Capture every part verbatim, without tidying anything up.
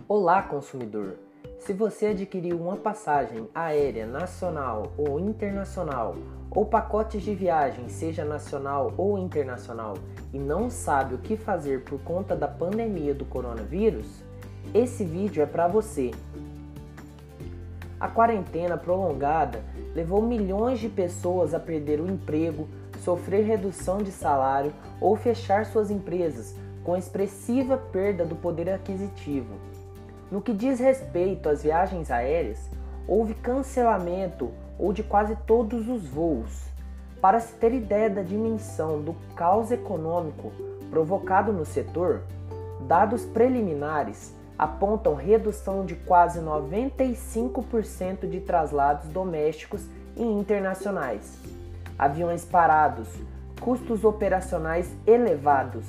Olá, consumidor! Se você adquiriu uma passagem aérea nacional ou internacional ou pacotes de viagem, seja nacional ou internacional, e não sabe o que fazer por conta da pandemia do coronavírus, esse vídeo é para você. A quarentena prolongada levou milhões de pessoas a perder o emprego, sofrer redução de salário ou fechar suas empresas, com expressiva perda do poder aquisitivo. No que diz respeito às viagens aéreas, houve cancelamento ou de quase todos os voos. Para se ter ideia da dimensão do caos econômico provocado no setor, dados preliminares apontam redução de quase noventa e cinco por cento de traslados domésticos e internacionais, aviões parados, custos operacionais elevados.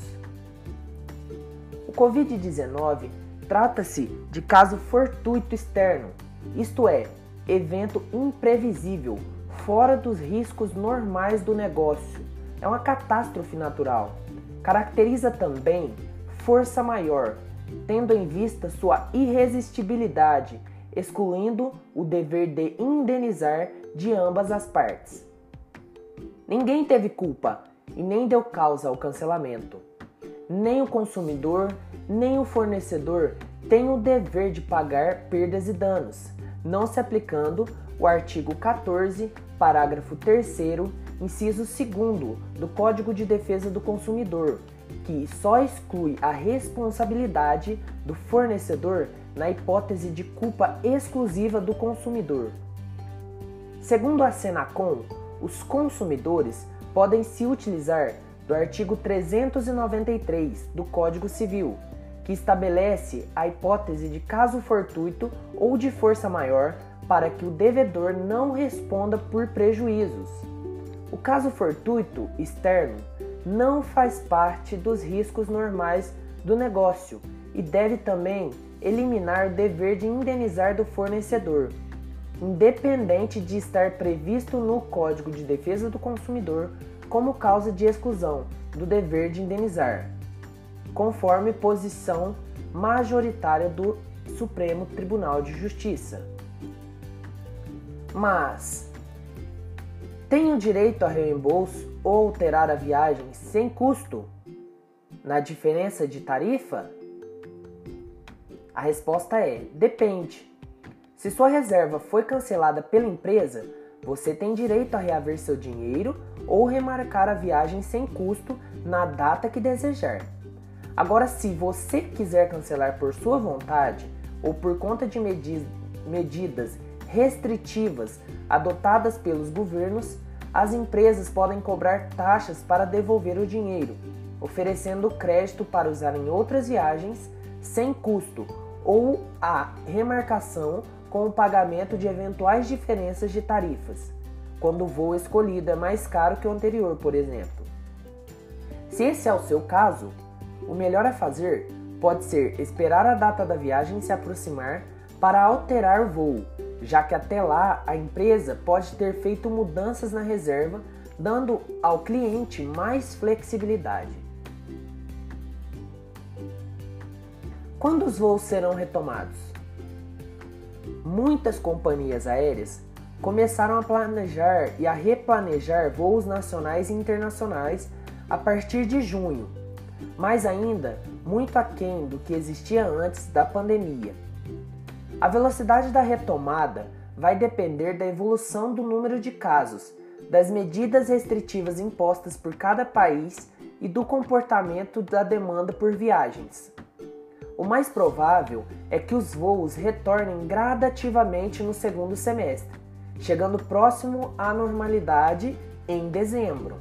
O covid dezenove trata-se de caso fortuito externo, isto é, evento imprevisível, fora dos riscos normais do negócio. É uma catástrofe natural. Caracteriza também força maior, tendo em vista sua irresistibilidade, excluindo o dever de indenizar de ambas as partes. Ninguém teve culpa e nem deu causa ao cancelamento. Nem o consumidor, nem o fornecedor têm o dever de pagar perdas e danos, não se aplicando o artigo quatorze, parágrafo terceiro, inciso segundo do Código de Defesa do Consumidor, que só exclui a responsabilidade do fornecedor na hipótese de culpa exclusiva do consumidor. Segundo a Senacom, os consumidores podem se utilizar do artigo trezentos e noventa e três do Código Civil, que estabelece a hipótese de caso fortuito ou de força maior para que o devedor não responda por prejuízos. O caso fortuito externo não faz parte dos riscos normais do negócio e deve também eliminar o dever de indenizar do fornecedor, independente de estar previsto no Código de Defesa do Consumidor como causa de exclusão do dever de indenizar, conforme posição majoritária do Supremo Tribunal de Justiça. Mas tem o direito a reembolso ou alterar a viagem sem custo na diferença de tarifa? A resposta é: depende. Se sua reserva foi cancelada pela empresa, você tem direito a reaver seu dinheiro ou remarcar a viagem sem custo na data que desejar. Agora, se você quiser cancelar por sua vontade ou por conta de medi- medidas restritivas adotadas pelos governos, as empresas podem cobrar taxas para devolver o dinheiro, oferecendo crédito para usar em outras viagens sem custo ou a remarcação com o pagamento de eventuais diferenças de tarifas, quando o voo escolhido é mais caro que o anterior, por exemplo. Se esse é o seu caso, o melhor a fazer pode ser esperar a data da viagem se aproximar para alterar o voo, já que até lá a empresa pode ter feito mudanças na reserva, dando ao cliente mais flexibilidade. Quando os voos serão retomados? Muitas companhias aéreas começaram a planejar e a replanejar voos nacionais e internacionais a partir de junho, mas ainda muito aquém do que existia antes da pandemia. A velocidade da retomada vai depender da evolução do número de casos, das medidas restritivas impostas por cada país e do comportamento da demanda por viagens. O mais provável é que os voos retornem gradativamente no segundo semestre, chegando próximo à normalidade em dezembro.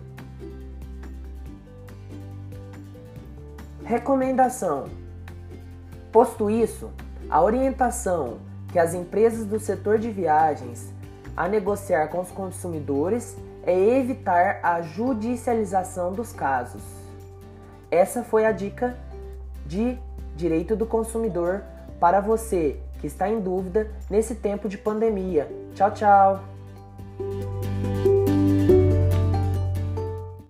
Recomendação: posto isso, a orientação que as empresas do setor de viagens a negociar com os consumidores é evitar a judicialização dos casos. Essa foi a dica de Direito do Consumidor para você que está em dúvida nesse tempo de pandemia. Tchau, tchau!